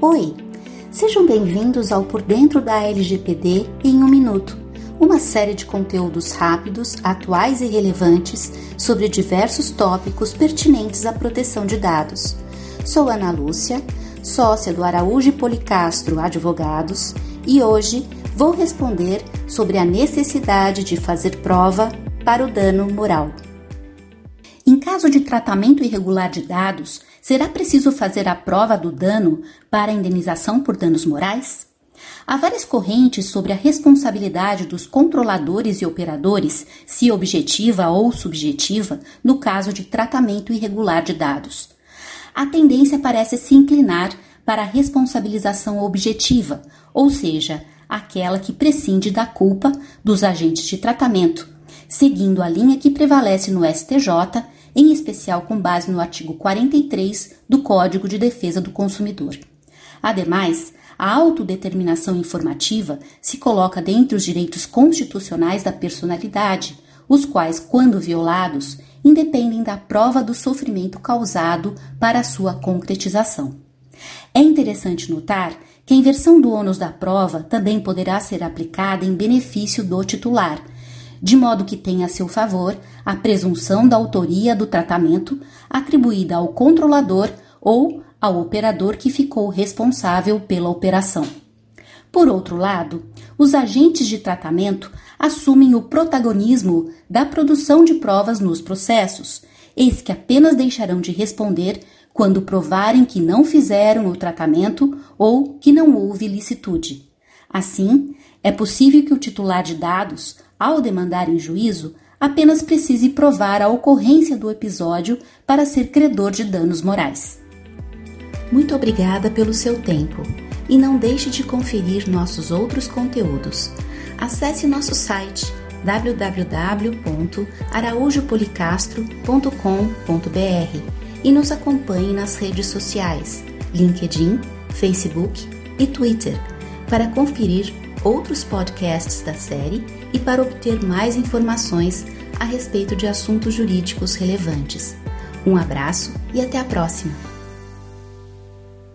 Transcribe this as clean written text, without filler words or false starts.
Oi, sejam bem-vindos ao Por Dentro da LGPD em 1 minuto, uma série de conteúdos rápidos, atuais e relevantes sobre diversos tópicos pertinentes à proteção de dados. Sou Ana Lúcia, sócia do Araújo e Policastro Advogados, e hoje vou responder sobre a necessidade de fazer prova para o dano moral. Em caso de tratamento irregular de dados, será preciso fazer a prova do dano para a indenização por danos morais? Há várias correntes sobre a responsabilidade dos controladores e operadores, se objetiva ou subjetiva, no caso de tratamento irregular de dados. A tendência parece se inclinar para a responsabilização objetiva, ou seja, aquela que prescinde da culpa dos agentes de tratamento, seguindo a linha que prevalece no STJ, em especial com base no artigo 43 do Código de Defesa do Consumidor. Ademais, a autodeterminação informativa se coloca dentre os direitos constitucionais da personalidade, os quais, quando violados, independem da prova do sofrimento causado para a sua concretização. É interessante notar que a inversão do ônus da prova também poderá ser aplicada em benefício do titular, de modo que tenha a seu favor a presunção da autoria do tratamento atribuída ao controlador ou ao operador que ficou responsável pela operação. Por outro lado, os agentes de tratamento assumem o protagonismo da produção de provas nos processos, eis que apenas deixarão de responder quando provarem que não fizeram o tratamento ou que não houve licitude. Assim, é possível que o titular de dados, ao demandar em juízo, apenas precise provar a ocorrência do episódio para ser credor de danos morais. Muito obrigada pelo seu tempo e não deixe de conferir nossos outros conteúdos. Acesse nosso site www.araujopolicastro.com.br e nos acompanhe nas redes sociais LinkedIn, Facebook e Twitter para conferir outros podcasts da série e para obter mais informações a respeito de assuntos jurídicos relevantes. Um abraço e até a próxima!